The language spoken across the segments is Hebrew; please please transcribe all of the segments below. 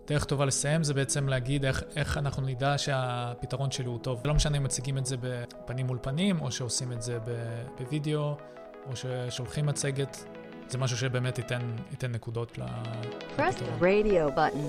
דרך טובה לסיים זה בעצם להגיד איך אנחנו נדע שהפתרון שלי הוא טוב. לא משנה אם מציגים את זה בפנים מול פנים, או שעושים את זה בווידאו, או ששולחים מצגת. זה משהו שבאמת ייתן נקודות לפתרון. Radio button.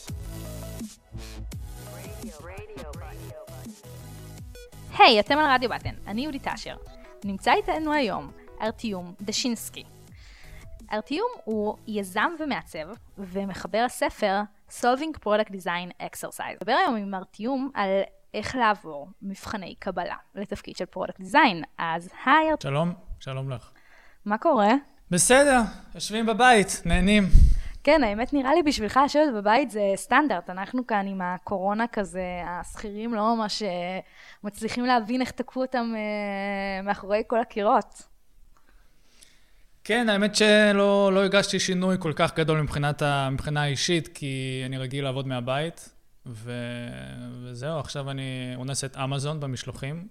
היי, אתם על רדיו בטן, אני יהודית אשר. נמצא איתנו היום ארטיום דשינסקי. ארטיום הוא יזם ומעצב ומחבר הספר Solving Product Design Exercise. נדבר היום עם ארטיום על איך לעבור מבחני קבלה לתפקיד של Product Design. אז היי ארטיום. שלום לך. מה קורה? בסדר, יושבים בבית, נהנים. כן, האמת נראה לי בשבילך לשבת בבית זה סטנדרט. אנחנו כאן עם הקורונה כזה, השכירים לא ממש מצליחים להבין איך תקפו אותם מאחורי כל הקירות. כן, האמת שלא הגשתי שינוי כל כך גדול מבחינה האישית, כי אני רגיל לעבוד מהבית, וזהו, עכשיו אני אונס את אמזון במשלוחים,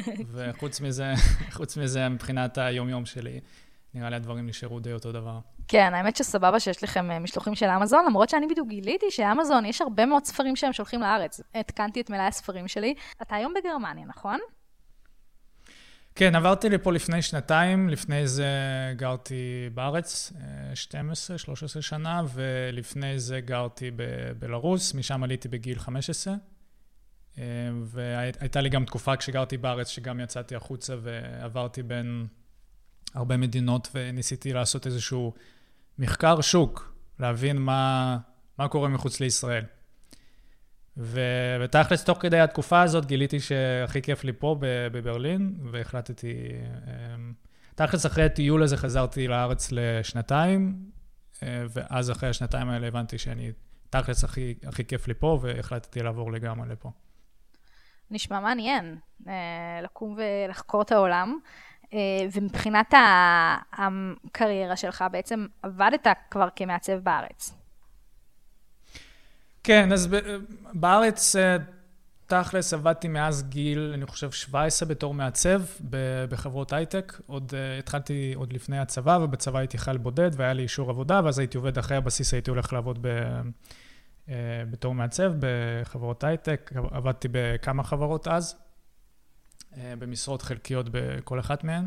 וחוץ מזה מבחינת היום-יום שלי, נראה לי הדברים נשארו די אותו דבר. כן, האמת שסבבה שיש לכם משלוחים של אמזון, למרות שאני בדיוק גיליתי שאמזון, יש הרבה מאוד ספרים שהם שולחים לארץ. התקנתי את מלאי הספרים שלי. אתה היום בגרמניה, נכון? כן, עברתי לפה לפני שנתיים, לפני זה גרתי בארץ 12-13 שנה, ולפני זה גרתי בבלרוס, משם עליתי בגיל 15, והייתה לי גם תקופה כשגרתי בארץ שגם יצאתי החוצה ועברתי בין הרבה מדינות וניסיתי לעשות איזשהו מחקר שוק, להבין מה קורה מחוץ לישראל. ותכלס תוך כדי התקופה הזאת גיליתי שהכי כיף לי פה בברלין, והחלטתי, תכלס אחרי הטיול הזה חזרתי לארץ לשנתיים, ואז אחרי השנתיים האלה הבנתי שאני תכלס הכי כיף לי פה, והחלטתי לעבור לגמרי לפה. נשמע מעניין, לקום ולחקור את העולם, ומבחינת הקריירה שלך בעצם עבדת כבר כמעצב בארץ. כן, אז בארץ תכלס עבדתי מאז גיל, אני חושב 17 בתור מעצב בחברות הייטק. התחלתי עוד לפני הצבא, ובצבא הייתי חייל בודד והיה לי אישור עבודה, ואז הייתי עובד אחרי הבסיס, הייתי הולך לעבוד בתור מעצב בחברות הייטק. עבדתי בכמה חברות אז, במשרות חלקיות בכל אחת מהן.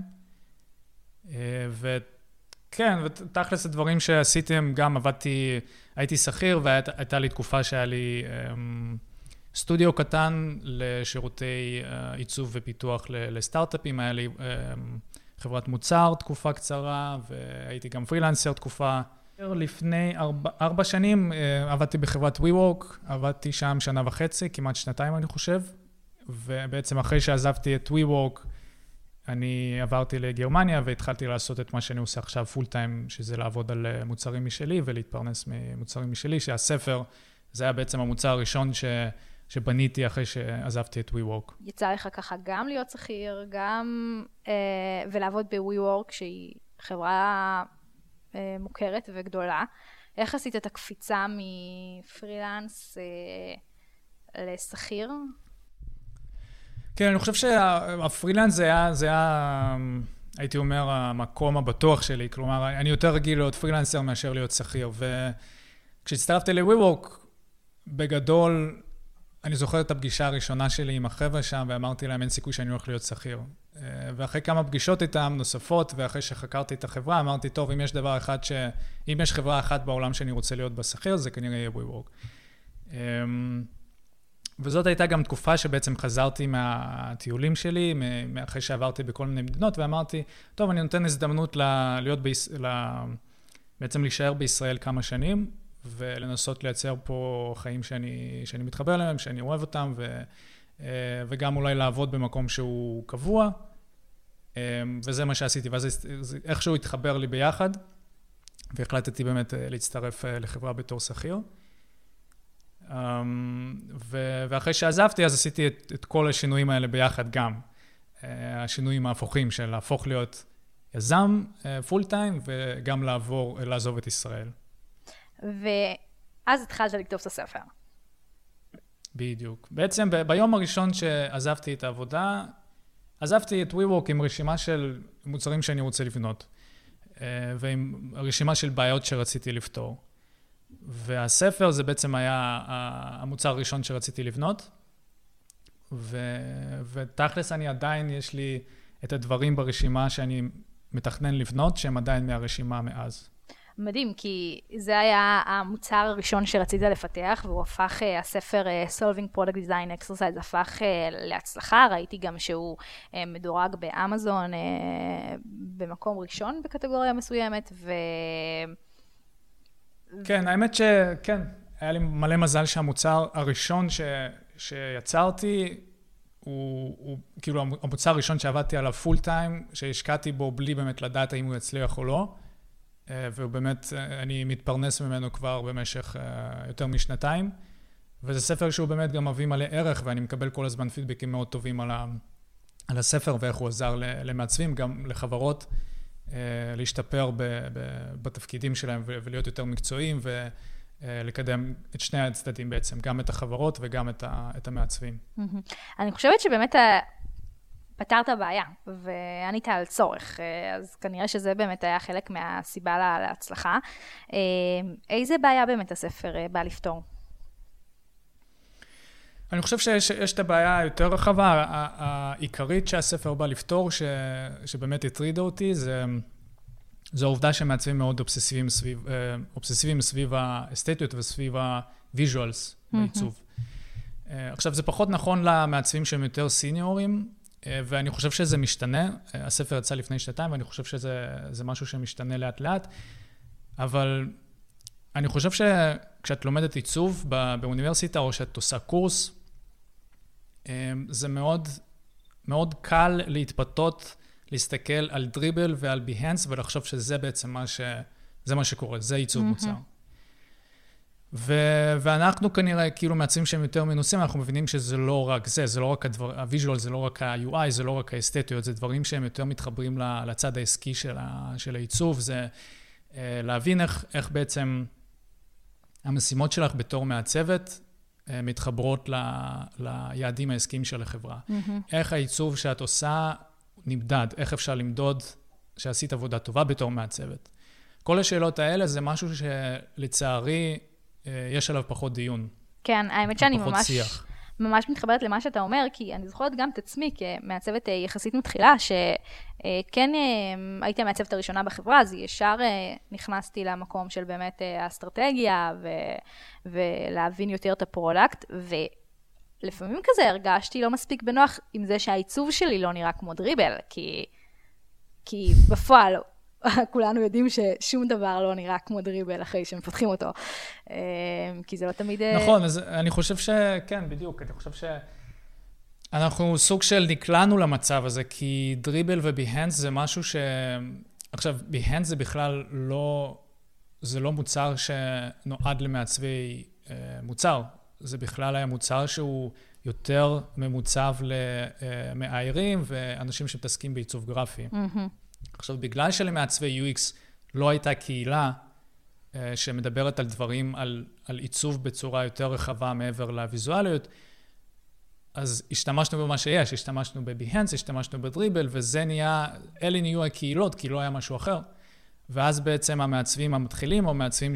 כן, ותכלס הדברים שעשיתם, גם הייתי שכיר, והייתה לי תקופה שהיה לי סטודיו קטן לשירותי עיצוב ופיתוח לסטארט-אפים, היה לי חברת מוצר תקופה קצרה, והייתי גם פרילנסר תקופה. לפני 4 שנים עבדתי בחברת WeWork, עבדתי שם 1.5 שנה, כמעט 2 אני חושב, ובעצם אחרי שעזבתי את WeWork, אני עברתי לגרמניה והתחלתי לעשות את מה שאני עושה עכשיו פול טיים, שזה לעבוד על מוצרים משלי ולהתפרנס ממוצרים משלי, שהספר זה היה בעצם המוצר הראשון שבניתי אחרי שעזבתי את WeWork. יצא לך ככה גם להיות שכיר, גם ולעבוד ב-WeWork, שהיא חברה מוכרת וגדולה. איך עשית את הקפיצה מפרילנס לשכיר? כן, אני חושב שהפרילנס זה היה, הייתי אומר, המקום הבטוח שלי. כלומר, אני יותר רגיל להיות פרילנסר מאשר להיות שכיר. וכשהצטרפתי ל-WeWork, בגדול, אני זוכר את הפגישה הראשונה שלי עם החבר'ה שם, ואמרתי להם, אין סיכוי שאני הולך להיות שכיר. ואחרי כמה פגישות איתם נוספות, ואחרי שחקרתי את החברה, אמרתי, טוב, אם יש חברה אחת בעולם שאני רוצה להיות בשכיר, זה כנראה יהיה WeWork. וזאת הייתה גם תקופה שבעצם חזרתי מהטיולים שלי, אחרי שעברתי בכל מיני מדינות, ואמרתי, טוב, אני נותן הזדמנות בעצם להישאר בישראל כמה שנים, ולנסות לייצר פה חיים שאני מתחבר להם, שאני אוהב אותם, וגם אולי לעבוד במקום שהוא קבוע, וזה מה שעשיתי, ואז איכשהו התחבר לי ביחד, והחלטתי באמת להצטרף לחברה בתור שכיר. ואחרי שעזבתי, אז עשיתי את כל השינויים האלה ביחד גם. השינויים ההפוכים של להפוך להיות יזם פול טיים, וגם לעזוב את ישראל. ואז התחלת לכתוב את הספר. בדיוק. בעצם ביום הראשון שעזבתי את העבודה, עזבתי את WeWork עם רשימה של מוצרים שאני רוצה לבנות, ועם רשימה של בעיות שרציתי לפתור. והספר זה בעצם היה המוצר הראשון שרציתי לבנות, ותכלס אני עדיין, יש לי את הדברים ברשימה שאני מתכנן לבנות, שהם עדיין מהרשימה מאז. מדהים, כי זה היה המוצר הראשון שרצית לפתח, והוא הפך, הספר Solving Product Design Exercise הפך להצלחה, ראיתי גם שהוא מדורג באמזון במקום ראשון בקטגוריה מסוימת, כן, האמת שכן, היה לי מלא מזל שהמוצר הראשון שיצרתי, הוא כאילו המוצר הראשון שעבדתי עליו פול טיים, שהשקעתי בו בלי באמת לדעת האם הוא יצליח או לא, והוא באמת, אני מתפרנס ממנו כבר במשך יותר משנתיים, וזה ספר שהוא באמת גם מביא מלא ערך, ואני מקבל כל הזמן פידבקים מאוד טובים על הספר, ואיך הוא עזר למעצבים, גם לחברות, להשתפר בתפקידים שלהם, ולהיות יותר מקצועיים, ולקדם את שני הצדדים בעצם, גם את החברות וגם את המעצבים. אני חושבת שבאמת פתרת בעיה, וענית על צורך, אז כנראה שזה באמת היה חלק מהסיבה להצלחה. איזה בעיה באמת הספר בא לפתור? אני חושב שיש את הבעיה היותר רחבה, העיקרית שהספר בא לפתור, שבאמת הטרידה אותי, זו העובדה שמעצבים מאוד אובססיביים סביב האסתטיות וסביב הוויז'ואלס בעיצוב. עכשיו, זה פחות נכון למעצבים שהם יותר סיניורים, ואני חושב שזה משתנה. הספר יצא לפני 2 ואני חושב שזה משהו שמשתנה לאט לאט, אבל אני חושב שכשאת לומדת עיצוב באוניברסיטה או שאת עושה קורס, זה מאוד, מאוד קל להתפתות, להסתכל על דריבל ועל ביהנס ולחשוב שזה בעצם מה שקורה, זה עיצוב מוצר. ואנחנו כנראה כאילו מעצבים שהם יותר מנוסים, אנחנו מבינים שזה לא רק זה לא רק הוויז'ואל, זה לא רק ה-UI, זה לא רק האסתטיות, זה דברים שהם יותר מתחברים לצד העסקי של העיצוב, זה להבין איך בעצם המשימות שלך בתור מעצבת מתחברות ליעדים העסקיים של החברה. איך העיצוב שאת עושה נמדד, איך אפשר למדוד שעשית עבודה טובה בתור מעצבת. כל השאלות האלה זה משהו שלצערי יש עליו פחות דיון. כן, האמת שאני ממש מתחברת למה שאתה אומר, כי אני זוכרת גם את עצמי כמעצבת יחסית מתחילה, שכן הייתי המעצבת הראשונה בחברה, אז ישר נכנסתי למקום של באמת האסטרטגיה, ולהבין יותר את הפרודקט, ולפעמים כזה הרגשתי לא מספיק בנוח עם זה שהעיצוב שלי לא נראה כמו דריבל, כי בפועל כולנו יודעים ששום דבר לא נראה כמו דריבל אחרי שמפתחים אותו, כי זה לא תמיד... נכון, אז אני חושב שכן, בדיוק, אני חושב שאנחנו סוג של נקלענו למצב הזה, כי דריבל וביהנס זה משהו עכשיו, ביהנס זה בכלל לא... זה לא מוצר שנועד למעצבי מוצר, זה בכלל היה מוצר שהוא יותר ממוצב למאיירים ואנשים שמתעסקים בעיצוב גרפי. עכשיו, בגלל שלמעצבי UX לא הייתה קהילה שמדברת על דברים, על עיצוב בצורה יותר רחבה מעבר לוויזואליות, אז השתמשנו במה שיש, השתמשנו בביהנס, השתמשנו בדריבל, אלה נהיו הקהילות, כי לא היה משהו אחר. ואז בעצם המעצבים המתחילים, או מעצבים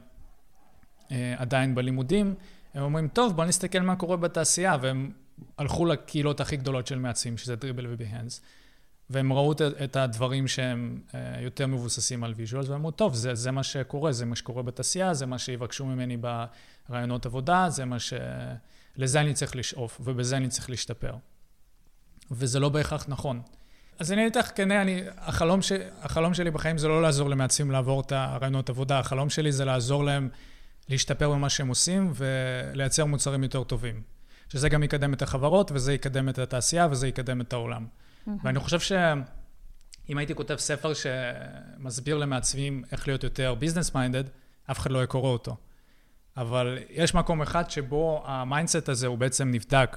שעדיין בלימודים, הם אומרים, טוב, בוא נסתכל מה קורה בתעשייה, והם הלכו לקהילות הכי גדולות של מעצבים, שזה דריבל וביהנס. והם ראו את הדברים שהם יותר מבוססים על ויז'ואל, ואמרו, טוב, זה מה שקורה, זה מה שקורה בתעשייה, זה מה שיבקשו ממני ברעיונות עבודה, לזה אני צריך לשאוף, ובזה אני צריך להשתפר. וזה לא בהכרח נכון. אז אני איתך כנה, החלום שלי בחיים זה לא לעזור למעצבים לעבור את הרעיונות עבודה, החלום שלי זה לעזור להם להשתפר במה שהם עושים, ולייצר מוצרים יותר טובים. שזה גם יקדם את החברות, וזה יקדם את התעשייה, וזה יקדם את העולם. ואני חושב שאם הייתי כותב ספר שמסביר למעצבים איך להיות יותר ביזנס מיינדד, אף אחד לא יקורא אותו. אבל יש מקום אחד שבו המיינדסט הזה הוא בעצם נבדק,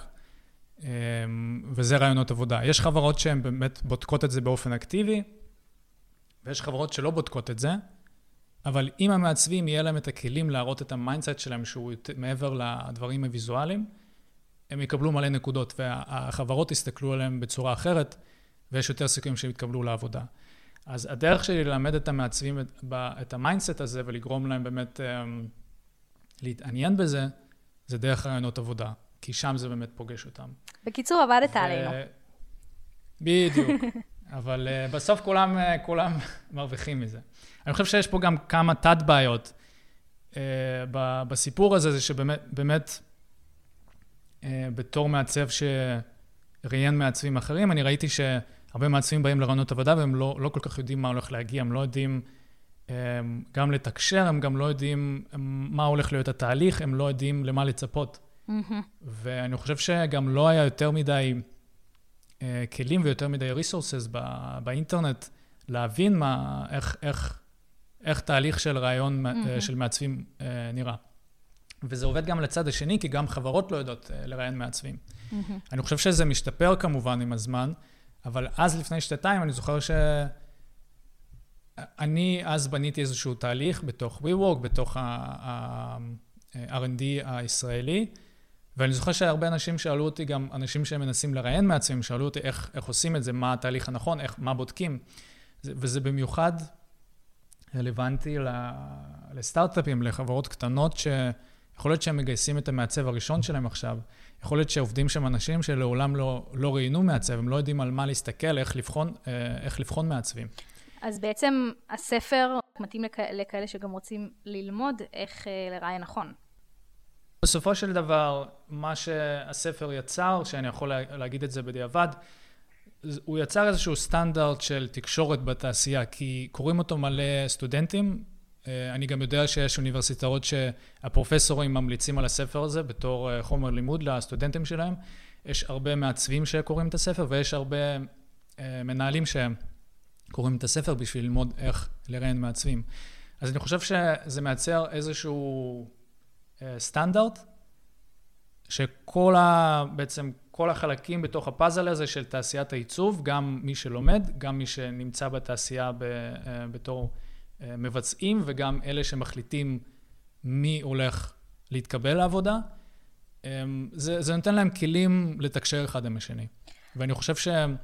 וזה רעיונות עבודה. יש חברות שהן באמת בודקות את זה באופן אקטיבי, ויש חברות שלא בודקות את זה, אבל אם המעצבים יהיה להם את הכלים להראות את המיינדסט שלהם שהוא מעבר לדברים הוויזואליים, הם יקבלו מלא נקודות, והחברות יסתכלו עליהם בצורה אחרת, ויש יותר סיכויים שהם יתקבלו לעבודה. אז הדרך שלי ללמד את המעצבים את המיינדסט הזה, ולגרום להם באמת להתעניין בזה, זה דרך רעיונות עבודה, כי שם זה באמת פוגש אותם. בקיצור, עבדת עלינו. בדיוק. אבל בסוף כולם מרוויחים מזה. אני חושב שיש פה גם כמה תת בעיות בסיפור הזה, זה שבאמת בתור מעצב שראיין מעצבים אחרים, אני ראיתי שהרבה מעצבים באים לרעיונות עבודה, והם לא כל כך יודעים מה הולך להגיע, הם לא יודעים גם לתקשר, הם גם לא יודעים מה הולך להיות התהליך, הם לא יודעים למה לצפות. ואני חושב שגם לא היה יותר מדי כלים ויותר מדי resources באינטרנט להבין איך תהליך של רעיון של מעצבים נראה. וזה עובד גם לצד השני, כי גם חברות לא יודעות לראיין מעצבים. אני חושב שזה משתפר כמובן עם הזמן, אבל אז לפני 2 אני זוכר אני אז בניתי איזשהו תהליך בתוך WeWork, בתוך ה-R&D הישראלי, ואני זוכר שהרבה אנשים שאלו אותי, גם אנשים שמנסים לראיין מעצבים, שאלו אותי איך עושים את זה, מה התהליך הנכון, מה בודקים. וזה במיוחד רלוונטי לסטארט-אפים, לחברות קטנות, שיכול להיות שהם מגייסים את המעצב הראשון שלהם עכשיו, יכול להיות שעובדים שם אנשים שלעולם לא ראיינו מעצב, הם לא יודעים על מה להסתכל, איך לבחון מעצבים. אז בעצם הספר מתאים לכאלה שגם רוצים ללמוד איך לראיין נכון. בסופו של דבר, מה שהספר יצר, שאני יכול להגיד את זה בדיעבד, הוא יצר איזשהו סטנדרט של תקשורת בתעשייה, כי קוראים אותו מלא סטודנטים. אני גם יודע שיש אוניברסיטאות שהפרופסורים ממליצים על הספר הזה בתור חומר לימוד לסטודנטים שלהם. יש הרבה מעצבים שקוראים את הספר, ויש הרבה מנהלים שקוראים את הספר בשביל ללמוד איך לראיין מעצבים. אז אני חושב שזה מייצר איזשהו סטנדרט, בעצם כל החלקים בתוך הפאזל הזה של תעשיית העיצוב, גם מי שלומד, גם מי שנמצא בתעשייה בתור מבצעים, וגם אלה שמחליטים מי הולך להתקבל לעבודה, זה נותן להם כלים לתקשר אחד עם השני. ואני חושב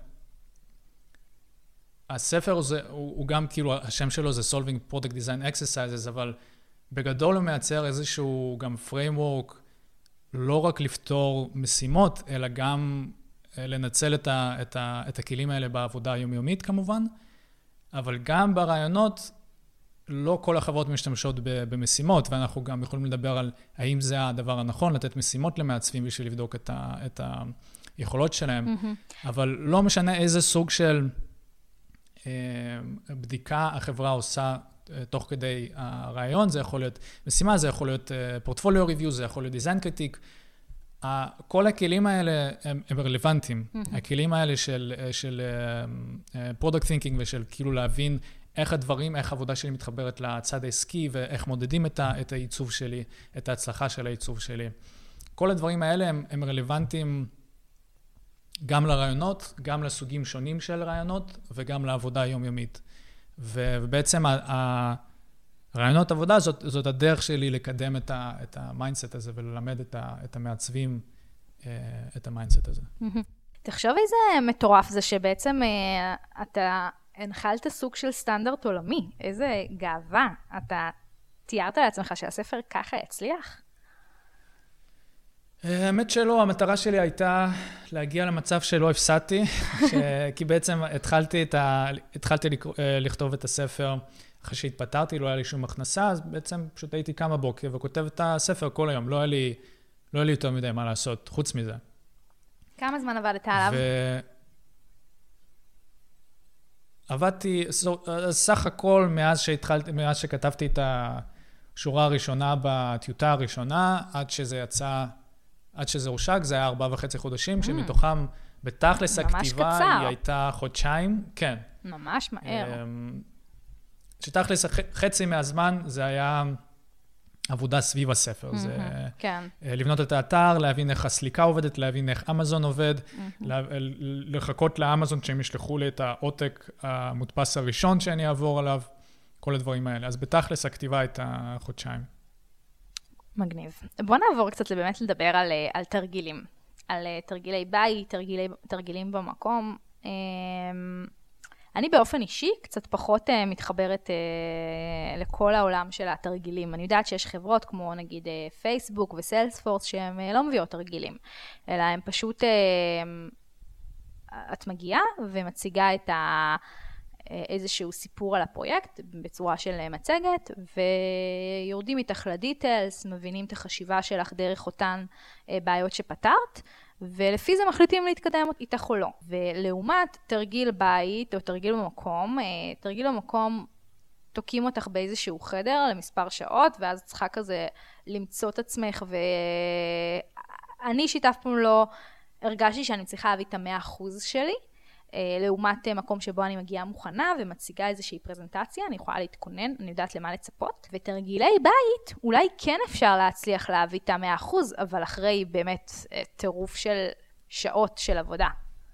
שהספר הזה, הוא גם כאילו, השם שלו זה Solving Product Design Exercises, אבל בגדול הוא מייצר איזשהו גם framework, לא רק לפתור משימות, אלא גם לנצל את הכלים האלה בעבודה היומיומית כמובן, אבל גם ברעיונות, לא כל החברות משתמשות במשימות, ואנחנו גם יכולים לדבר על האם זה הדבר הנכון, לתת משימות למעצבים בשביל לבדוק את היכולות שלהם, אבל לא משנה איזה סוג של בדיקה החברה עושה תוך כדי הרעיון, זה יכול להיות משימה, זה יכול להיות פורטפוליו ריוויו, זה יכול להיות דיזיין קריטיק. כל הכלים האלה הם רלוונטיים. הכלים האלה של פרודקט תינקינג ושל כאילו להבין איך הדברים, איך העבודה שלי מתחברת לצד העסקי ואיך מודדים את העיצוב שלי, את ההצלחה של העיצוב שלי. כל הדברים האלה הם רלוונטיים גם לרעיונות, גם לסוגים שונים של רעיונות וגם לעבודה היומיומית. ובעצם הרעיונות עבודה זאת הדרך שלי לקדם את המיינדסט הזה וללמד את המעצבים את המיינדסט הזה. תחשוב איזה מטורף זה שבעצם אתה הנחלת סוג של סטנדרט עולמי. איזה גאווה. אתה תיארת לעצמך שהספר ככה הצליח? האמת שלא, המטרה שלי הייתה להגיע למצב שלא הפסדתי, כי בעצם התחלתי לכתוב את הספר אחרי שהתפטרתי, לא היה לי שום הכנסה, אז בעצם פשוט הייתי קם בבוקר וכותב את הספר כל היום, לא היה לי יותר מדי מה לעשות, חוץ מזה. כמה זמן עבדת עליו? עבדתי, סך הכל מאז שכתבתי את השורה הראשונה בטיוטה הראשונה, עד שזה הושק, זה היה 4.5 חודשים, שמתוכם בתכלס הכתיבה היא הייתה חודשיים, כן. ממש מהר. שתכלס חצי מהזמן זה היה עבודה סביב הספר. זה לבנות את האתר, להבין איך הסליקה עובדת, להבין איך אמזון עובד, לחכות לאמזון שהם ישלחו לי את העותק המודפס הראשון שאני אעבור עליו, כל הדברים האלה. אז בתכלס הכתיבה הייתה חודשיים. מגניב. בוא נעבור קצת באמת לדבר על תרגילים. על תרגילי בית, תרגילים במקום. אני באופן אישי קצת פחות מתחברת לכל העולם של התרגילים. אני יודעת שיש חברות כמו נגיד פייסבוק וסיילספורס שהן לא מביאות תרגילים, אלא הן פשוט, את מגיעה ומציגה את איזשהו סיפור על הפרויקט בצורה של מצגת, ויורדים איתך לדיטלס, מבינים את החשיבה שלך דרך אותן בעיות שפתרת, ולפי זה מחליטים להתקדם איתך או לא. ולעומת תרגיל בית או תרגיל במקום, תרגיל במקום תוקים אותך באיזשהו חדר למספר שעות, ואז צריכה כזה למצוא את עצמך, ואני שיתף פעם לא הרגשתי שאני צריכה להביא את 100% שלי, לעומת מקום שבו אני מגיעה מוכנה ומציגה איזושהי פרזנטציה, אני יכולה להתכונן, אני יודעת למה לצפות. ותרגילי בית, אולי כן אפשר להצליח להביא את 100%, אבל אחרי באמת טירוף של שעות של עבודה.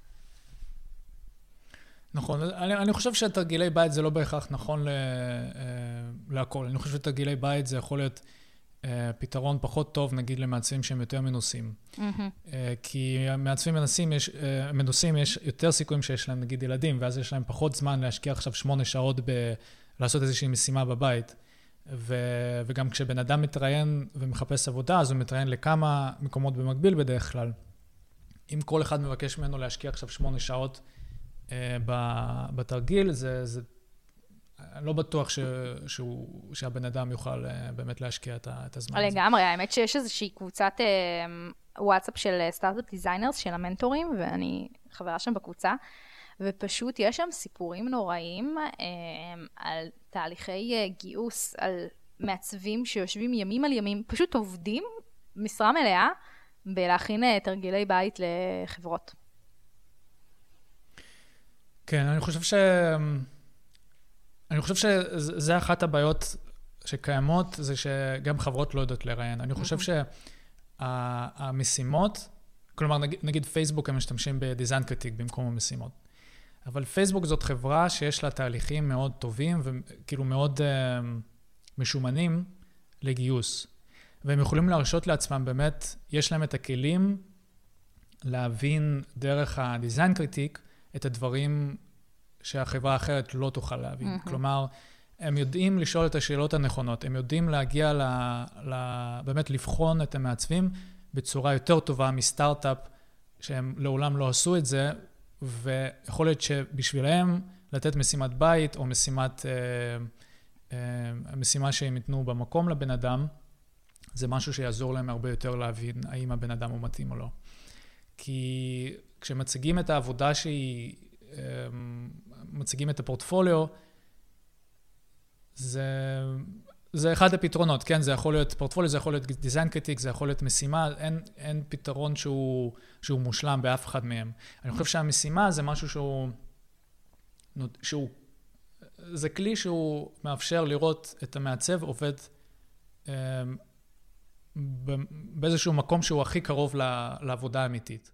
נכון, אני חושב שתרגילי בית זה לא בהכרח נכון להכל. אני חושב שתרגילי בית זה יכול להיות פתרון פחות טוב, נגיד, למעצבים שהם יותר מנוסים. כי מעצבים מנוסים יש יותר סיכויים שיש להם, נגיד, ילדים, ואז יש להם פחות זמן להשקיע עכשיו 8 שעות לעשות איזושהי משימה בבית. וגם כשבן אדם מתראיין ומחפש עבודה, אז הוא מתראיין לכמה מקומות במקביל בדרך כלל. אם כל אחד מבקש ממנו להשקיע עכשיו 8 שעות בתרגיל, זה אני לא בטוח שהבן אדם יוכל באמת להשקיע את הזמן הזה. לגמרי, האמת שיש איזושהי קבוצת וואטסאפ של סטארט-אפ דיזיינרס, של המנטורים, ואני חברה שם בקבוצה, ופשוט יש שם סיפורים נוראים על תהליכי גיוס, על מעצבים שיושבים ימים על ימים, פשוט עובדים משרה מלאה בלהכין תרגילי בית לחברות. כן, אני חושב שזה אחת הבעיות שקיימות, זה שגם חברות לא יודעות לראיין. אני חושב שהמשימות, כלומר, נגיד פייסבוק הם משתמשים בדיזיין קריטיק במקום המשימות. אבל פייסבוק זאת חברה שיש לה תהליכים מאוד טובים וכאילו מאוד משומנים לגיוס. והם יכולים להרשות לעצמם באמת, יש להם את הכלים להבין דרך הדיזיין קריטיק את הדברים שהחברה האחרת לא תוכל להבין. כלומר, הם יודעים לשאול את השאלות הנכונות, הם יודעים להגיע באמת לבחון את המעצבים בצורה יותר טובה מסטארט-אפ, שהם לעולם לא עשו את זה, ויכול להיות שבשבילהם לתת משימת בית, או משימה שהם ייתנו במקום לבן אדם, זה משהו שיעזור להם הרבה יותר להבין האם הבן אדם הוא מתאים או לא. כי כשמציגים את העבודה שהיא, מציגים את הפורטפוליו, זה אחד הפתרונות, כן? זה יכול להיות פורטפוליו, זה יכול להיות דיזיין קריטיק, זה יכול להיות משימה, אין פתרון שהוא מושלם באף אחד מהם. אני חושב שהמשימה זה משהו זה כלי שהוא מאפשר לראות את המעצב עובד באיזשהו מקום שהוא הכי קרוב לעבודה האמיתית.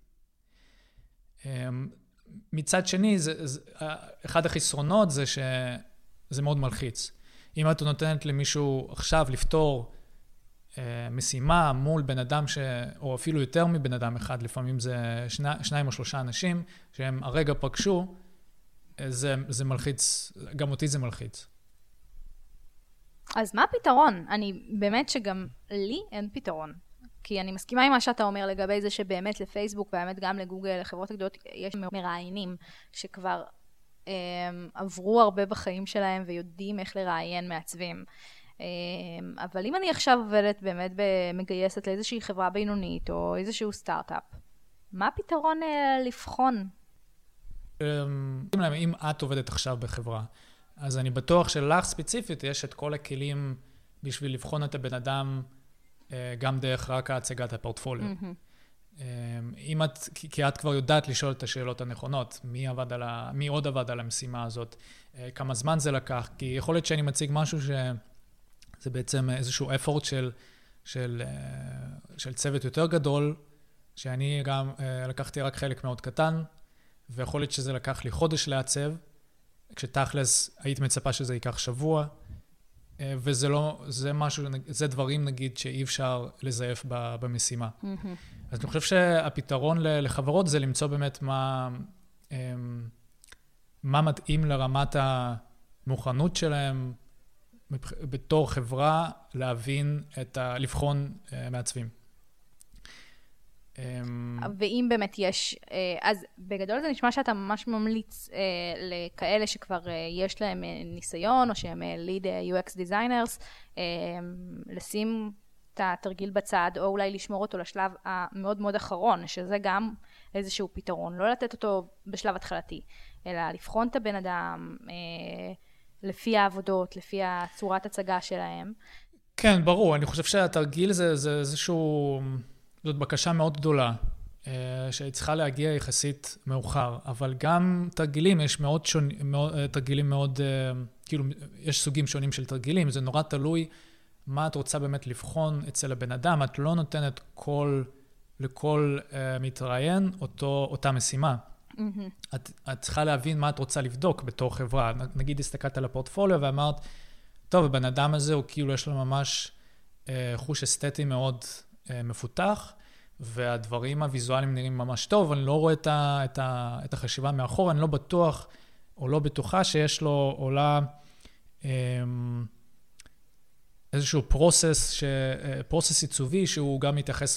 מצד שני, אחד החסרונות זה שזה מאוד מלחיץ. אם את נותנת למישהו עכשיו לפתור משימה מול בן אדם או אפילו יותר מבן אדם אחד, לפעמים זה 2 או 3 אנשים שהם הרגע פגשו, זה מלחיץ, גם אותי זה מלחיץ. אז מה הפתרון? אני באמת שגם לי אין פתרון. כי אני מסכימה עם מה שאתה אומר לגבי זה שבאמת לפייסבוק, ובאמת גם לגוגל, לחברות הגדולות, יש מראיינים שכבר עברו הרבה בחיים שלהם ויודעים איך לראיין מעצבים. אבל אם אני עכשיו עובדת באמת מגייסת לאיזושהי חברה בינונית או איזשהו סטארט-אפ, מה הפתרון לבחון? אם את עובדת עכשיו בחברה, אז אני בטוח שלך ספציפית יש את כל הכלים בשביל לבחון את הבן אדם גם דרך רק הצגת הפורטפוליו. כי את כבר יודעת לשאול את השאלות הנכונות, מי עוד עבד על המשימה הזאת, כמה זמן זה לקח, כי יכול להיות שאני מציג משהו שזה בעצם איזשהו effort של צוות יותר גדול, שאני גם לקחתי רק חלק מאוד קטן, ויכול להיות שזה לקח לי חודש לעצב, כשתכלס היית מצפה שזה ייקח שבוע, וזה לא, זה דברים נגיד שאי אפשר לזייף במשימה. אז אני חושב שהפתרון לחברות זה למצוא באמת מה מתאים לרמת המוכנות שלהם בתור חברה להבין לבחון מעצבים. ואם באמת יש, אז בגדול זה נשמע שאתה ממש ממליץ לכאלה שכבר יש להם ניסיון, או שהם lead UX designers, לשים את התרגיל בצד, או אולי לשמור אותו לשלב המאוד מאוד אחרון, שזה גם איזשהו פתרון, לא לתת אותו בשלב התחלתי, אלא לבחון את הבן אדם לפי העבודות, לפי הצורת הצגה שלהם. כן, ברור, אני חושב שהתרגיל זה איזשהו... זאת בקשה מאוד גדולה, שהיא צריכה להגיע יחסית מאוחר, אבל גם תרגילים, יש תרגילים מאוד, כאילו, יש סוגים שונים של תרגילים, זה נורא תלוי מה את רוצה באמת לבחון אצל הבן אדם, את לא נותנת לכל מתראיין אותה משימה. את צריכה להבין מה את רוצה לבדוק בתור חברה. נגיד הסתכלת על הפורטפוליו ואמרת, טוב, הבן אדם הזה הוא כאילו יש לו ממש חוש אסתטי מאוד מפותח, והדברים הוויזואליים נראים ממש טוב, אבל אני לא רואה את החשיבה מאחור, אני לא בטוח או לא בטוחה שיש לו עולה איזשהו פרוסס עיצובי שהוא גם מתייחס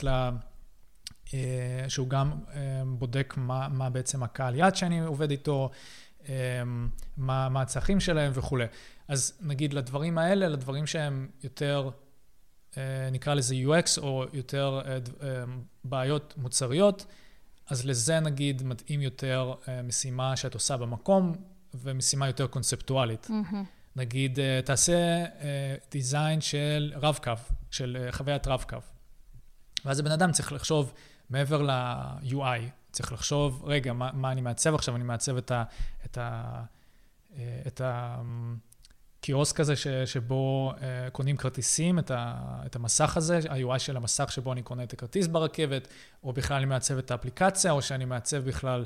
שהוא גם בודק מה בעצם הקהל יעד שאני עובד איתו, מה הצרכים שלהם וכו'. אז נגיד לדברים האלה, לדברים שהם יותר נקרא לזה UX או יותר בעיות מוצריות, אז לזה נגיד מתאים יותר משימה שאת עושה במקום, ומשימה יותר קונספטואלית. נגיד, תעשה דיזיין של רב-קו, של חוויית רב-קו. ואז הבן אדם צריך לחשוב מעבר ל-UI, צריך לחשוב, רגע, מה אני מעצב עכשיו? אני מעצב את הקיוסק הזה שבו קונים כרטיסים, את המסך הזה, ה-UI של המסך שבו אני קונה את הכרטיס ברכבת, או בכלל אני מעצב את האפליקציה, או שאני מעצב בכלל...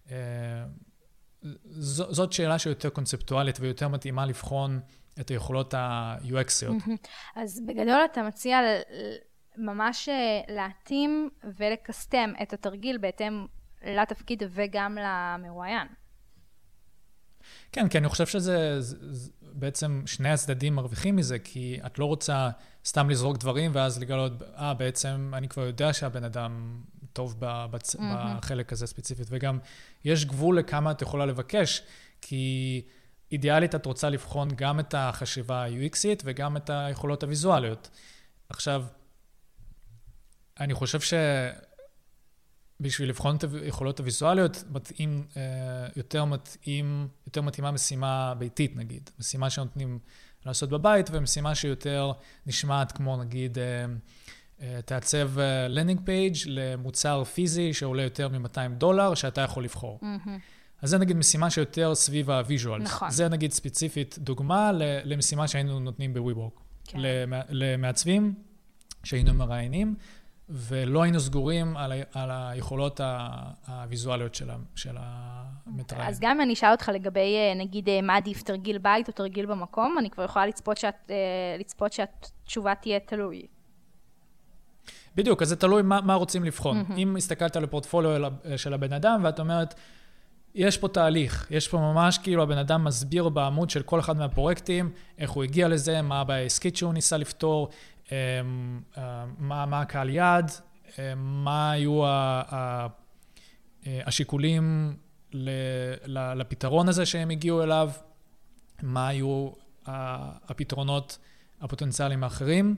זאת שאלה שיותר קונספטואלית ויותר מתאימה לבחון את היכולות ה-UXיות. אז בגדול אתה מציע ממש להתאים ולקסטם את התרגיל בהתאם לתפקיד וגם למרואיין. כן, כי אני חושב שזה בעצם שני הצדדים מרוויחים מזה, כי את לא רוצה סתם לזרוק דברים ואז לגלות, בעצם אני כבר יודע שהבן אדם טוב בחלק הזה ספציפית, וגם יש גבול לכמה את יכולה לבקש, כי אידיאלית את רוצה לבחון גם את החשיבה ה-UXית וגם את היכולות הוויזואליות. עכשיו, אני חושב שבשביל לבחון את היכולות הוויזואליות, יותר מתאימה משימה ביתית, נגיד. משימה שנותנים לעשות בבית, ומשימה שיותר נשמעת כמו, נגיד, תעצב לנדינג פייג' למוצר פיזי שעולה יותר $200 שאתה יכול לבחור. אז זה נגיד משימה שיותר סביב הוויז'ואלס. נכון. זה נגיד ספציפית דוגמה למשימה שהיינו נותנים בוויבורק. כן. למעצבים שהיינו מראיינים, ולא היינו סגורים על היכולות הוויזואליות של המתראיין. אז גם אם אני אשאל אותך לגבי, נגיד, מה עדיף, תרגיל בית או תרגיל במקום, אני כבר יכולה לצפות שהתשובה תהיה תלוי. בדיוק, אז זה תלוי מה רוצים לבחון. אם הסתכלת על הפורטפוליו של הבן אדם, ואת אומרת, יש פה תהליך, יש פה ממש כאילו הבן אדם מסביר בעמוד של כל אחד מהפרויקטים, איך הוא הגיע לזה, מה הבעיה העסקית שהוא ניסה לפתור, מה הקהל יעד, מה היו השיקולים לפתרון הזה שהם הגיעו אליו, מה היו הפתרונות הפוטנציאליים האחרים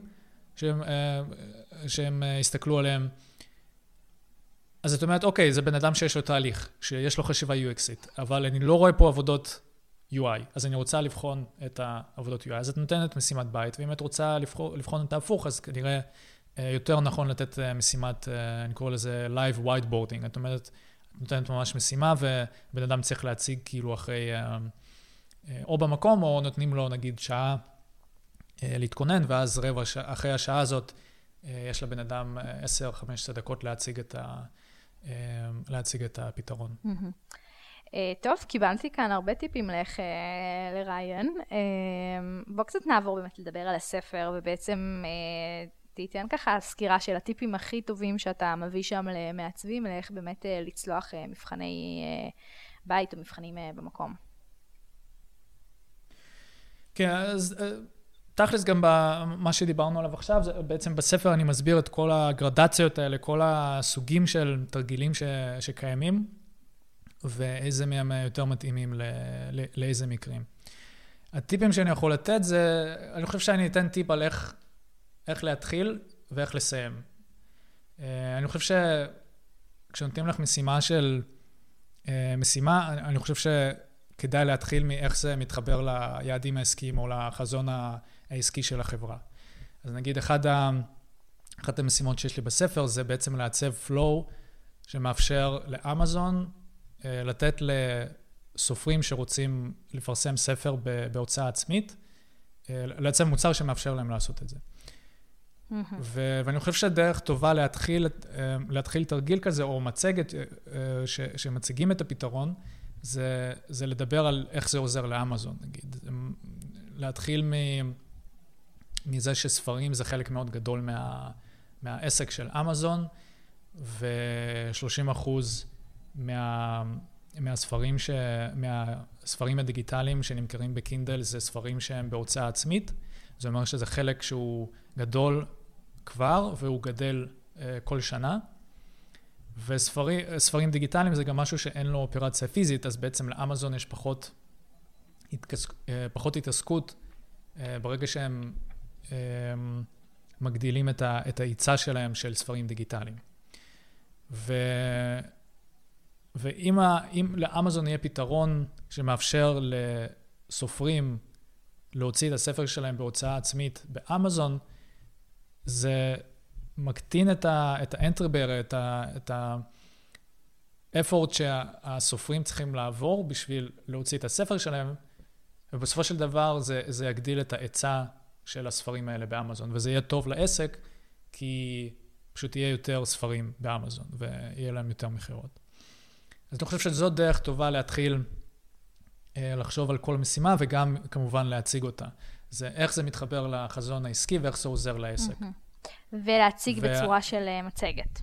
שהם הסתכלו עליהם. אז זאת אומרת, אוקיי, זה בן אדם שיש לו תהליך, שיש לו חשיבה UXית, אבל אני לא רואה פה עבודות UI, אז אני רוצה לבחון את העבודות UI, אז את נותנת משימת בית, ואם את רוצה לבחון את ההפוך, אז כנראה יותר נכון לתת משימת, אני קורא לזה Live Whiteboarding, את אומרת, את נותנת ממש משימה, ובן אדם צריך להציג כאילו אחרי, או במקום, או נותנים לו נגיד שעה להתכונן, ואז אחרי השעה הזאת, יש לבן אדם 10-15 דקות להציג את הפתרון. טוב, קיבלתי כאן הרבה טיפים לאיך לראיין. בוא קצת נעבור באמת לדבר על הספר, ובעצם תיתן ככה סקירה של הטיפים הכי טובים שאתה מביא שם למעצבים, לאיך באמת לצלוח מבחני בית או מבחנים במקום. כן, אז תכלס גם במה שדיברנו עליו עכשיו, בעצם בספר אני מסביר את כל הגרדציות האלה, כל הסוגים של תרגילים שקיימים, ואיזה מהם יותר מתאימים לאיזה מקרים. הטיפים שאני יכול לתת זה, אני חושב שאני אתן טיפ על איך להתחיל ואיך לסיים. אני חושב שכשנותנים לך משימה, אני חושב שכדאי להתחיל מאיך זה מתחבר ליעדים העסקיים או לחזון העסקי של החברה. אז נגיד, אחת המשימות שיש לי בספר זה בעצם לעצב flow שמאפשר לאמזון לתת לסופרים שרוצים לפרסם ספר בהוצאה עצמית, לעצב מוצר שמאפשר להם לעשות את זה. ואני חושב שהדרך טובה להתחיל תרגיל כזה, או מצגת שמציגים את הפתרון, זה לדבר על איך זה עוזר לאמזון, נגיד. להתחיל מזה שספרים זה חלק מאוד גדול מהעסק של אמזון, ו30% מהספרים הדיגיטליים שנמכרים בקינדל זה ספרים שהם בהוצאה עצמית. זה אומר שזה חלק שהוא גדול כבר, והוא גדל כל שנה. וספרים דיגיטליים זה גם משהו שאין לו אופרציה פיזית, אז בעצם לאמזון יש פחות התעסקות ברגע שהם מגדילים את ההיצע שלהם של ספרים דיגיטליים. ואם לאמזון יהיה פתרון שמאפשר לסופרים להוציא את הספר שלהם בהוצאה עצמית באמזון, זה מקטין את ה-entry barrier, את ה-effort שהסופרים צריכים לעבור בשביל להוציא את הספר שלהם, ובסופו של דבר זה יגדיל את ההיצע של הספרים האלה באמזון, וזה יהיה טוב לעסק, כי פשוט יהיה יותר ספרים באמזון, ויהיה להם יותר מכירות. אז אני חושב שזאת דרך טובה להתחיל לחשוב על כל משימה, וגם כמובן להציג אותה. זה איך זה מתחבר לחזון העסקי, ואיך זה עוזר לעסק. ולהציג בצורה של מצגת.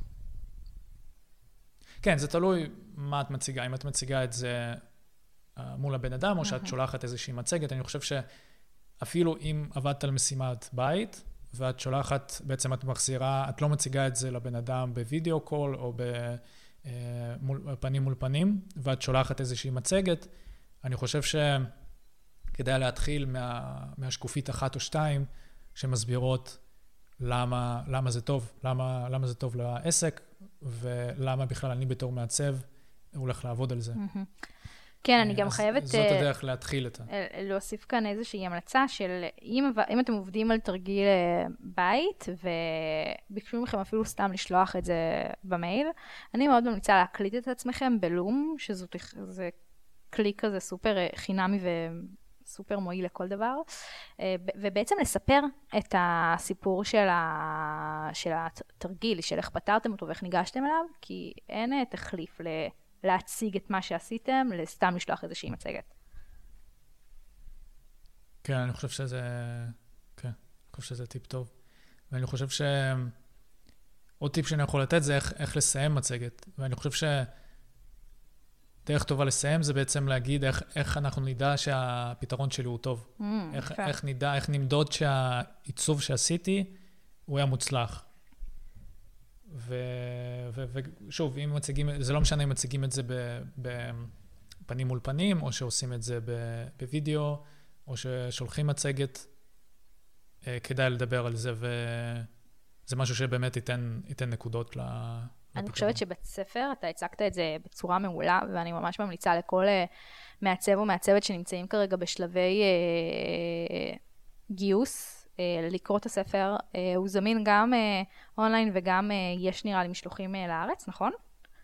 כן, זה תלוי מה את מציגה. אם את מציגה את זה מול הבן אדם, או שאת שולחת איזושהי מצגת, אני חושב שאפילו אם עבדת על משימת בית, ואת שולחת, בעצם את מחזירה, את לא מציגה את זה לבן אדם בווידאו קול, או פנים מול פנים, ואת שולחת איזושהי מצגת, אני חושב שכדאי להתחיל מהשקופית 1 או 2, שמסבירות למה זה טוב, למה זה טוב לעסק, ולמה בכלל אני בתור מעצב הולך לעבוד על זה. כן, אני גם חייבת... זאת הדרך להתחיל את זה. להוסיף כאן איזושהי המלצה של, אם אתם עובדים על תרגיל בית, וביקשו מכם אפילו סתם לשלוח את זה במייל, אני מאוד ממליצה להקליט את עצמכם בלום, שזה כלי כזה סופר חינמי וסופר מועיל לכל דבר, ובעצם לספר את הסיפור של התרגיל, של איך פתרתם אותו ואיך ניגשתם אליו, כי אין תחליף להציג את מה שעשיתם, לסתם לשלוח איזושהי מצגת. כן, אני חושב שזה טיפ טוב. ואני חושב עוד טיפ שאני יכול לתת זה איך לסיים מצגת. ואני חושב שדרך טובה לסיים זה בעצם להגיד איך אנחנו נדע שהפתרון שלי הוא טוב. איך נמדוד שהעיצוב שעשיתי הוא היה מוצלח. ושוב, אם מציגים, זה לא משנה אם מציגים את זה בפנים מול פנים, או שעושים את זה בווידאו, או ששולחים מצגת, כדאי לדבר על זה, וזה משהו שבאמת ייתן נקודות לפתרון. אני חושבת שבספר אתה הצגת את זה בצורה מעולה, ואני ממש ממליצה לכל מעצב או מעצבת שנמצאים כרגע בשלבי גיוס, לקרוא את הספר. הוא זמין גם אונליין וגם יש נראה לי משלוחים לארץ, נכון?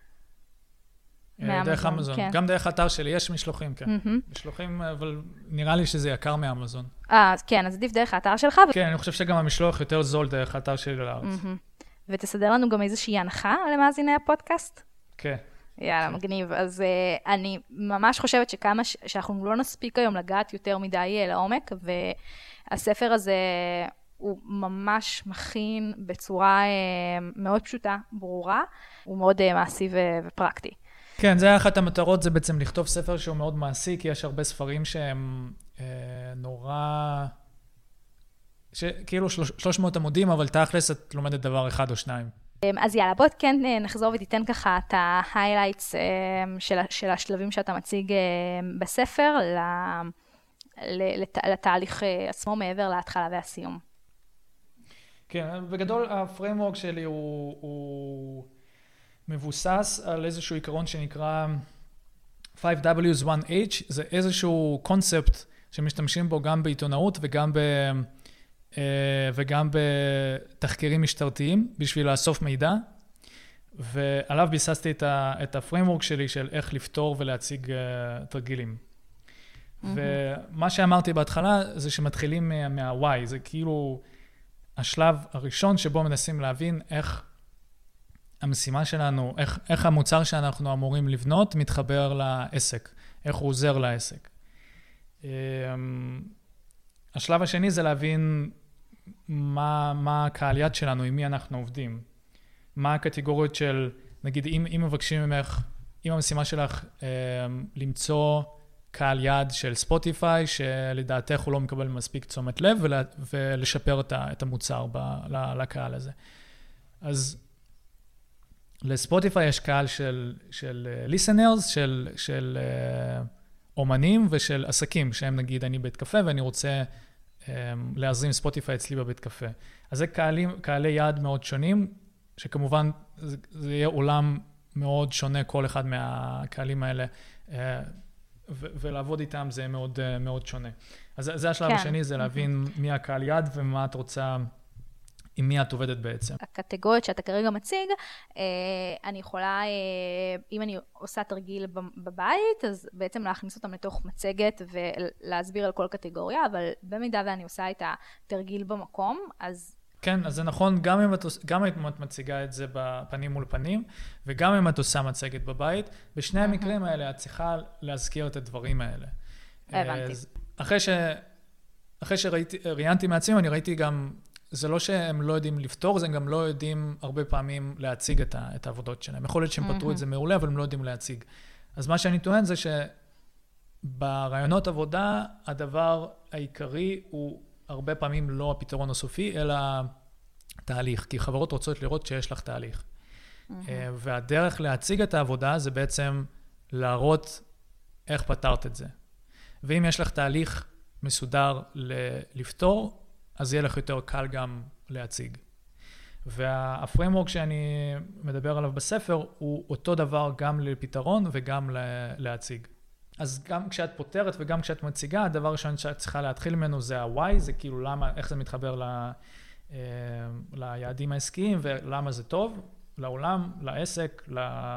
דרך אמזון. כן. גם דרך האתר שלי יש משלוחים, כן. משלוחים, אבל נראה לי שזה יקר מאמזון. כן, אז עדיף דרך האתר שלך. כן, אני חושב שגם המשלוח יותר זול דרך האתר שלי לארץ. ותסדר לנו גם איזושהי הנחה למאזיני הפודקאסט? כן. יאללה, מגניב. אז אני ממש חושבת שאנחנו לא נספיק היום לגעת יותר מדי לעומק, והספר הזה הוא ממש מכין בצורה מאוד פשוטה, ברורה, הוא מאוד מעשי ופרקטי. כן, זה היה אחת המטרות, זה בעצם לכתוב ספר שהוא מאוד מעשי, כי יש הרבה ספרים שהם נורא, כאילו 300 עמודים, אבל תכלס את לומדת דבר אחד או שניים. אז יאללה, בוא כן נחזור ותיתן ככה את ההיילייטס של השלבים שאתה מציג בספר לתהליך עצמו מעבר להתחלה והסיום. כן, בגדול הפריימוורק שלי הוא מבוסס על איזשהו עיקרון שנקרא 5Ws 1H, זה איזשהו קונספט שמשתמשים בו גם בעיתונאות וגם בתחקירים משטרתיים בשביל לאסוף מידע, ועליו ביססתי את הפריימוורק שלי של איך לפתור ולהציג תרגילים. ומה שאמרתי בהתחלה זה שמתחילים מה-Y, זה כאילו השלב הראשון שבו מנסים להבין איך המשימה שלנו, איך המוצר שאנחנו אמורים לבנות מתחבר לעסק, איך הוא עוזר לעסק. השלב השני זה להבין מה הקהל יעד שלנו, עם מי אנחנו עובדים. מה הקטגוריות של, נגיד, אם מבקשים ממך, אם המשימה שלך למצוא קהל יעד של ספוטיפיי, שלדעתך הוא לא מקבל מספיק תשומת לב, ולשפר את המוצר לקהל הזה. אז לספוטיפיי יש קהל של listeners, של אומנים ושל עסקים, שהם נגיד אני בית קפה ואני רוצה להזרים ספוטיפיי אצלי בבית קפה. אז זה קהלי יעד מאוד שונים, שכמובן זה יהיה עולם מאוד שונה כל אחד מהקהלים האלה, ולעבוד איתם זה מאוד, מאוד שונה. אז זה השלב השני, זה להבין מי הקהל יעד ומה את רוצה, עם מי את עובדת בעצם. הקטגוריות שאתה כרגע מציג, אני יכולה, אם אני עושה תרגיל בבית, אז בעצם להכניס אותם לתוך מצגת ולהסביר על כל קטגוריה, אבל במידה ואני עושה את התרגיל במקום, אז... כן, אז זה נכון, גם אם את מציגה את זה בפנים מול פנים, וגם אם את עושה מצגת בבית, בשני המקרים האלה את צריכה להזכיר את הדברים האלה. הבנתי. אחרי שראיינתי מעצמי, אני ראיתי גם, זה לא שהם לא יודעים לפתור, זה גם לא יודעים הרבה פעמים להציג את העבודות שלהם. יכול להיות שהם פתרו את זה מעולה, אבל הם לא יודעים להציג. אז מה שאני טוען זה שברעיונות עבודה, הדבר העיקרי הוא הרבה פעמים לא הפתרון הסופי, אלא תהליך, כי חברות רוצות לראות שיש לך תהליך. והדרך להציג את העבודה זה בעצם להראות איך פתרת את זה. ואם יש לך תהליך מסודר לפתור, אז יהיה לך יותר קל גם להציג. והפריימוורק שאני מדבר עליו בספר, הוא אותו דבר גם לפתרון וגם להציג. אז גם כשאת פותרת וגם כשאת מציגה, הדבר ראשון שאת צריכה להתחיל ממנו זה ה-why, זה כאילו למה, איך זה מתחבר ליעדים העסקיים ולמה זה טוב, לעולם, לעסק,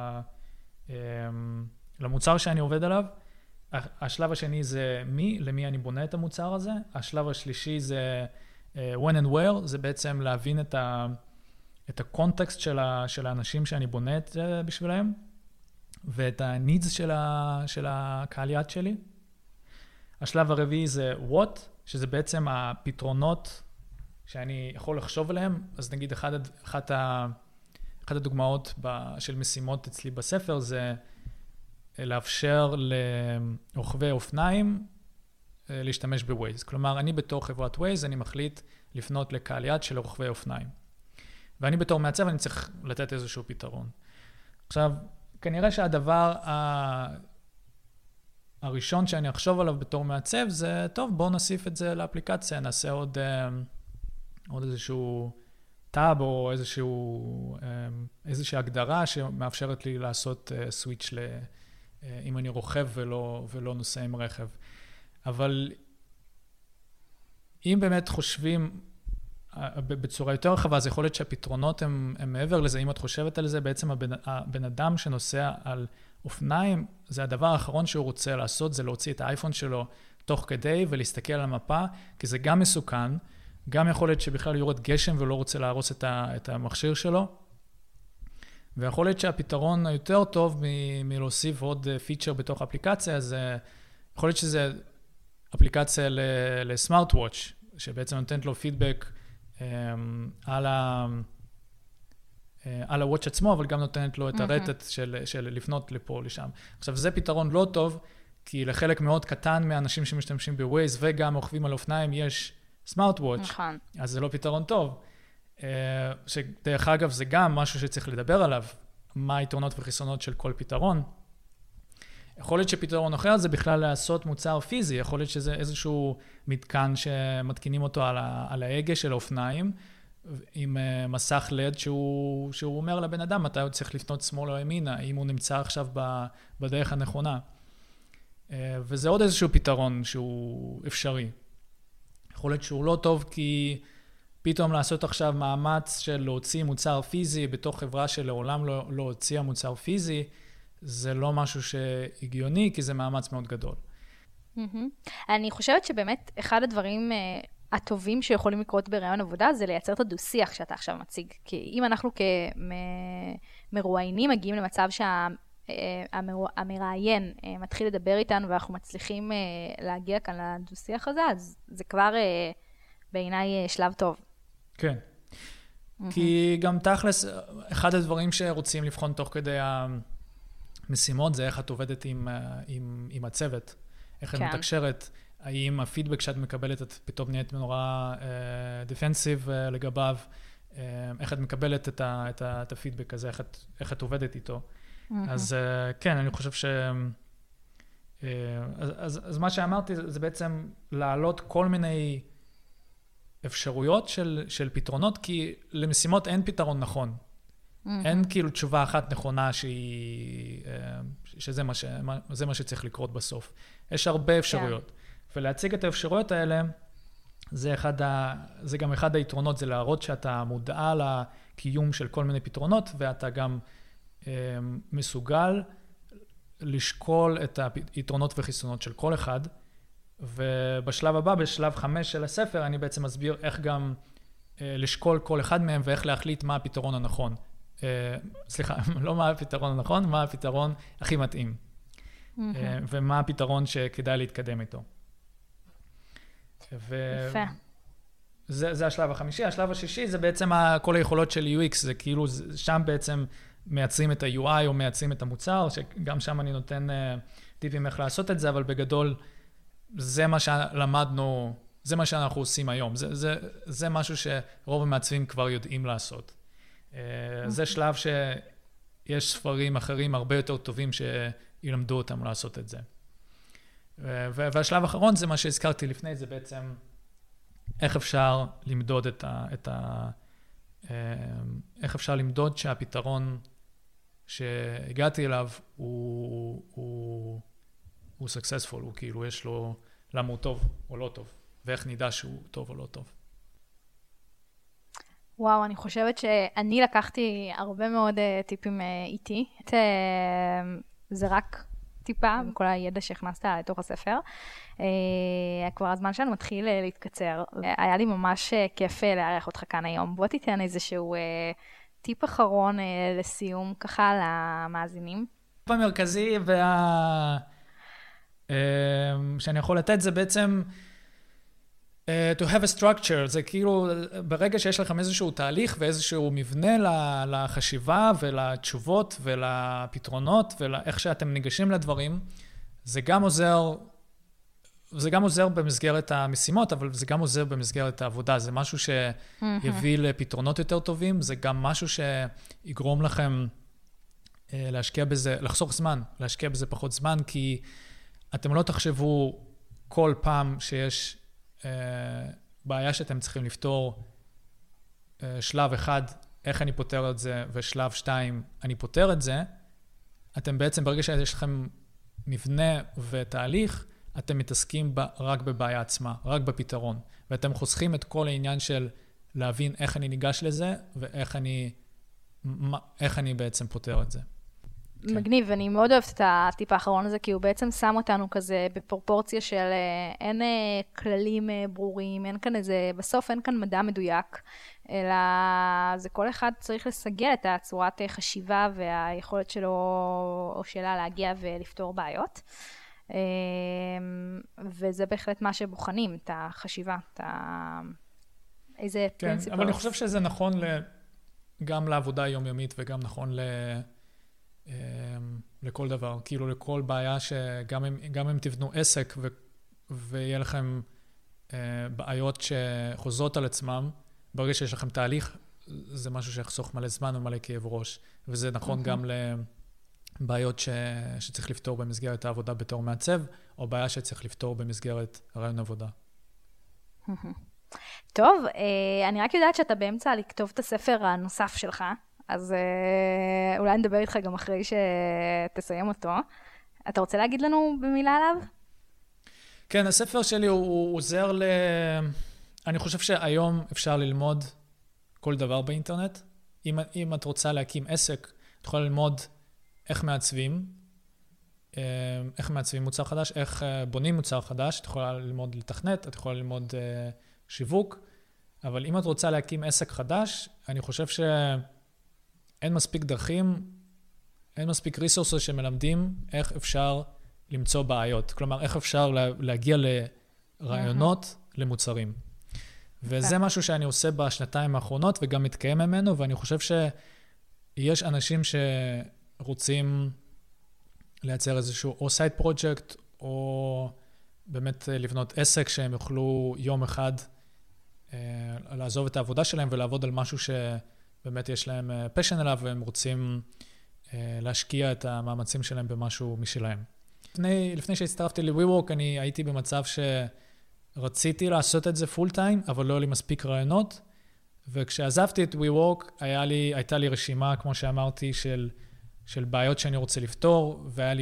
למוצר שאני עובד עליו. השלב השני זה למי אני בונה את המוצר הזה. השלב השלישי זה when and where, זה בעצם להבין את הקונטקסט של האנשים שאני בונה את זה בשבילהם. ואת ה-needs של הקהל יעד שלי. השלב הרביעי זה what, שזה בעצם הפתרונות שאני יכול לחשוב עליהם. אז נגיד אחת הדוגמאות של משימות אצלי בספר זה לאפשר לרוכבי אופניים להשתמש בווייז. כלומר, אני בתור חברת ווייז, אני מחליט לפנות לקהל יעד של רוכבי אופניים. ואני בתור מעצב, אני צריך לתת איזשהו פתרון. עכשיו, כנראה שהדבר הראשון שאני אחשוב עליו בתור מעצב זה, טוב, בואו נוסיף את זה לאפליקציה, נעשה עוד איזשהו טאב או איזושהי הגדרה שמאפשרת לי לעשות סוויץ' אם אני רוכב ולא נוסע עם רכב. אבל אם באמת חושבים בצורה יותר רחבה, אז יכול להיות שהפתרונות הם מעבר לזה. אם את חושבת על זה, בעצם הבן אדם שנוסע על אופניים, זה הדבר האחרון שהוא רוצה לעשות, זה להוציא את האייפון שלו תוך כדי ולהסתכל על המפה, כי זה גם מסוכן, גם יכול להיות שבכלל יורד גשם ולא רוצה להרוס את המכשיר שלו, ויכול להיות שהפתרון היותר טוב מלהוסיף עוד פיצ'ר בתוך אפליקציה, אז יכול להיות שזה אפליקציה לסמארט וואץ', שבעצם נותנת לו פידבק על על הוואץ' עצמו, אבל גם נותנת לו את הרטט של לפנות לפה, לשם. עכשיו, זה פתרון לא טוב, כי לחלק מאוד קטן מהאנשים שמשתמשים בווייז, וגם רוכבים על אופניים, יש סמארט וואץ'. נכון. אז זה לא פתרון טוב. שדרך אגב, זה גם משהו שצריך לדבר עליו, מה היתרונות וחסרונות של כל פתרון. יכול להיות שפתרון אחר זה בכלל לעשות מוצר פיזי, יכול להיות שזה איזשהו מתקן שמתקינים אותו על ההגה של האופניים, עם מסך לד שהוא אומר לבן אדם מתי הוא צריך לפנות שמאל או ימינה, אם הוא נמצא עכשיו בדרך הנכונה. וזה עוד איזשהו פתרון שהוא אפשרי. יכול להיות שהוא לא טוב כי פתאום לעשות עכשיו מאמץ של להוציא מוצר פיזי בתוך חברה שלעולם לא הוציאה מוצר פיזי, זה לא משהו שהגיוני, כי זה מאמץ מאוד גדול. אני חושבת שבאמת אחד הדברים הטובים שיכולים לקרות ברעיון עבודה, זה לייצר את הדו-שיח שאתה עכשיו מציג. כי אם אנחנו כמרואיינים מגיעים למצב שהמראיין מתחיל לדבר איתנו, ואנחנו מצליחים להגיע כאן לדו-שיח הזה, אז זה כבר בעיניי שלב טוב. כן. כי גם תכלס, אחד הדברים שרוצים לבחון תוך כדי המשימות, זה איך את עובדת עם הצוות. איך את מתקשרת. האם הפידבק שאת מקבלת, את פתאום נהיית נורא דפנסיב לגביו, איך את מקבלת את הפידבק הזה, איך את עובדת איתו. אז כן, אני חושב אז מה שאמרתי זה בעצם להעלות כל מיני אפשרויות של פתרונות, כי למשימות אין פתרון נכון. אין כאילו תשובה אחת נכונה שזה מה שצריך לקרות בסוף. יש הרבה אפשרויות. ולהציג את האפשרויות האלה, זה גם אחד היתרונות, זה להראות שאתה מודע לקיום של כל מיני פתרונות, ואתה גם מסוגל לשקול את היתרונות וחסרונות של כל אחד, ובשלב הבא, בשלב 5 של הספר, אני בעצם מסביר איך גם לשקול כל אחד מהם, ואיך להחליט מה הפתרון הנכון. סליחה, לא מה הפתרון הנכון, מה הפתרון הכי מתאים. ומה הפתרון שכדאי להתקדם איתו. יפה. זה השלב החמישי. השלב השישי זה בעצם כל היכולות של UX, זה כאילו שם בעצם מייצרים את ה-UI או מייצרים את המוצר, שגם שם אני נותן טיפים איך לעשות את זה, אבל בגדול זה מה שלמדנו, זה מה שאנחנו עושים היום. זה משהו שרוב המעצבים כבר יודעים לעשות. זה שלב שיש ספרים אחרים הרבה יותר טובים שילמדו אותם לעשות את זה. והשלב האחרון זה מה שהזכרתי לפני, זה בעצם איך אפשר למדוד איך אפשר למדוד שהפתרון שהגעתי אליו הוא successful, הוא כאילו יש לו למה הוא טוב או לא טוב, ואיך נדע שהוא טוב או לא טוב. וואו, אני חושבת שאני לקחתי הרבה מאוד טיפים איתי. זה רק טיפה, כל הידע שהכנסת לתוך הספר. כבר הזמן שלנו מתחיל להתקצר. היה לי ממש כיף לארח אותך כאן היום. בוא תיתן איזשהו טיפ אחרון לסיום ככה למאזינים. הטיפ המרכזי שאני יכול לתת זה בעצם to have a structure, זה כאילו ברגע שיש לכם איזשהו תהליך ואיזשהו מבנה לחשיבה ולתשובות ולפתרונות ואיך שאתם ניגשים לדברים, זה גם עוזר במסגרת המשימות, אבל זה גם עוזר במסגרת העבודה. זה משהו שיביא לפתרונות יותר טובים, זה גם משהו שיגרום לכם להשקיע בזה, לחסוך זמן, להשקיע בזה פחות זמן, כי אתם לא תחשבו כל פעם שיש בעיה שאתם צריכים לפתור שלב אחד, איך אני פותר את זה, ושלב 2, אני פותר את זה, אתם בעצם ברגע שיש לכם מבנה ותהליך, אתם מתעסקים רק בבעיה עצמה, רק בפתרון, ואתם חוסכים את כל העניין של להבין איך אני ניגש לזה, ואיך אני בעצם פותר את זה. מגניב, ואני מאוד אוהבת את הטיפ האחרון הזה, כי הוא בעצם שם אותנו כזה בפרופורציה של אין כללים ברורים, אין כאן בסוף אין כאן מדע מדויק, אלא זה כל אחד צריך לסגל את הצורת חשיבה והיכולת שלו או שלה להגיע ולפתור בעיות. וזה בהחלט מה שבוחנים, את החשיבה, איזה כן, אבל אני חושב שזה נכון גם לעבודה יומיומית וגם נכון לכל דבר. כאילו לכל בעיה שגם אם תבנו עסק ויהיה לכם בעיות שחוזרות על עצמם, ברגע שיש לכם תהליך, זה משהו שיחסוך מלא זמן ומלא כאב ראש. וזה נכון גם לבעיות שצריך לפתור במסגרת העבודה בתור מעצב, או בעיה שצריך לפתור במסגרת רעיון עבודה. טוב, אני רק יודעת שאתה באמצע לכתוב את הספר הנוסף שלך, אז אולי נדבר איתך גם אחרי שתסיים אותו. אתה רוצה להגיד לנו במילה עליו? כן, הספר שלי הוא עוזר אני חושב שהיום אפשר ללמוד כל דבר באינטרנט. אם את רוצה להקים עסק, את יכולה ללמוד איך מעצבים מוצר חדש, איך בונים מוצר חדש, את יכולה ללמוד לתכנת, את יכולה ללמוד שיווק, אבל אם את רוצה להקים עסק חדש, אני חושב שאין מספיק דרכים, אין מספיק ריסורסים שמלמדים איך אפשר למצוא בעיות. כלומר, איך אפשר להגיע לרעיונות למוצרים. וזה משהו שאני עושה בשנתיים האחרונות, וגם מתקיים ממנו, ואני חושב שיש אנשים שרוצים לייצר איזשהו או סייד פרויקט, או באמת לבנות עסק שהם יוכלו יום אחד לעזוב את העבודה שלהם ולעבוד על משהו שבאמת יש להם פשן אליו, והם רוצים להשקיע את המאמצים שלהם במשהו משלהם. לפני שהצטרפתי ל-WeWork, אני הייתי במצב שרציתי לעשות את זה פול טיים, אבל לא היה לי מספיק רעיונות, וכשעזבתי את WeWork, הייתה לי רשימה, כמו שאמרתי, של בעיות שאני רוצה לפתור, והיה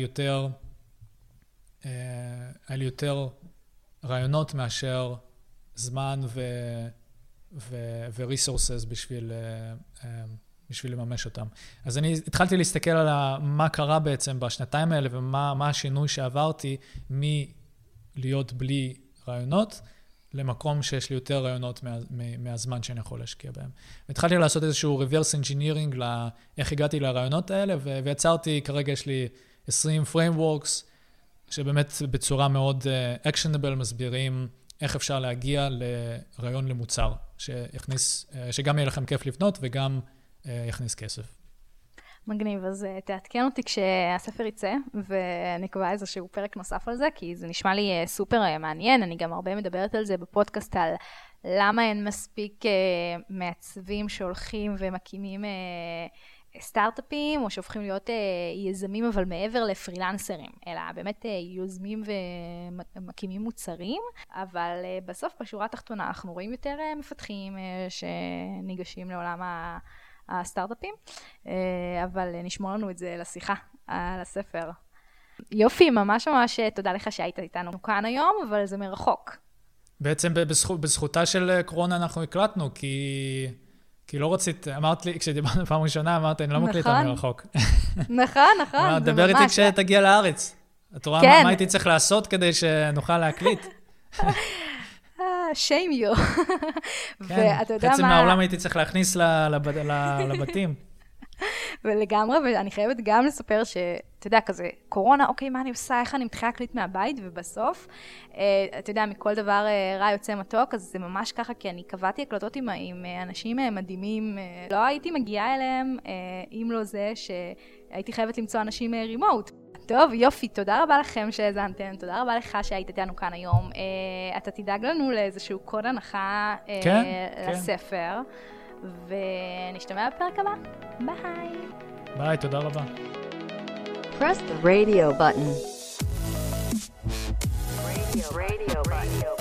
לי יותר רעיונות מאשר זמן ו-resources בשביל לממש אותם. אז אני התחלתי להסתכל על מה קרה בעצם בשנתיים האלה, ומה השינוי שעברתי מלהיות בלי רעיונות, למקום שיש לי יותר רעיונות מהזמן שאני יכול להשקיע בהם. והתחלתי לעשות איזשהו reverse engineering לאיך הגעתי לרעיונות האלה, ויצרתי, כרגע יש לי 20 frameworks, שבאמת בצורה מאוד actionable מסבירים איך אפשר להגיע לרעיון למוצר, שגם יהיה לכם כיף לבנות וגם יכניס כסף. מגניב, אז תעדכן אותי כשהספר יצא, ונקבע איזשהו פרק נוסף על זה, כי זה נשמע לי סופר מעניין. אני גם הרבה מדברת על זה בפודקאסט, על למה אין מספיק מעצבים שהולכים ומקימים סטארט-אפים, או שהופכים להיות יזמים, אבל מעבר לפרילנסרים, אלא באמת יוזמים ומקימים מוצרים, אבל בסוף בשורה התחתונה אנחנו רואים יותר מפתחים שניגשים לעולם הסטארט-אפים, אבל נשמור לנו את זה לשיחה על הספר. יופי, ממש ממש תודה לך שהיית איתנו כאן היום, אבל זה מרחוק. בעצם בזכותה של קורונה אנחנו הקלטנו, כי לא רצית, אמרת לי, כשדיברנו פעם ראשונה, אמרת, אני לא מקליטה מרחוק. נכון. דבר איתי כשתגיע לארץ. את רואה מה הייתי צריך לעשות כדי שנוכל להקליט? shame you. חצי מהעולם הייתי צריך להכניס לבתים. ולגמרי, ואני חייבת גם לספר אתה יודע, כזה, קורונה, אוקיי, מה אני עושה, איך אני מתחילה להקליט מהבית, ובסוף, אתה יודע, מכל דבר רע יוצא מתוק, אז זה ממש ככה, כי אני קבעתי הקלטות עם אנשים מדהימים, לא הייתי מגיעה אליהם, אם לא זה שהייתי חייבת למצוא אנשים רימוט. טוב, יופי, תודה רבה לכם שהזנתם, תודה רבה לך שהיית איתנו כאן היום. אתה תדאג לנו לאיזשהו קוד הנחה לספר, ונשתמע בפרק הבא. ביי. ביי, תודה רבה. Press the radio button. Radio button.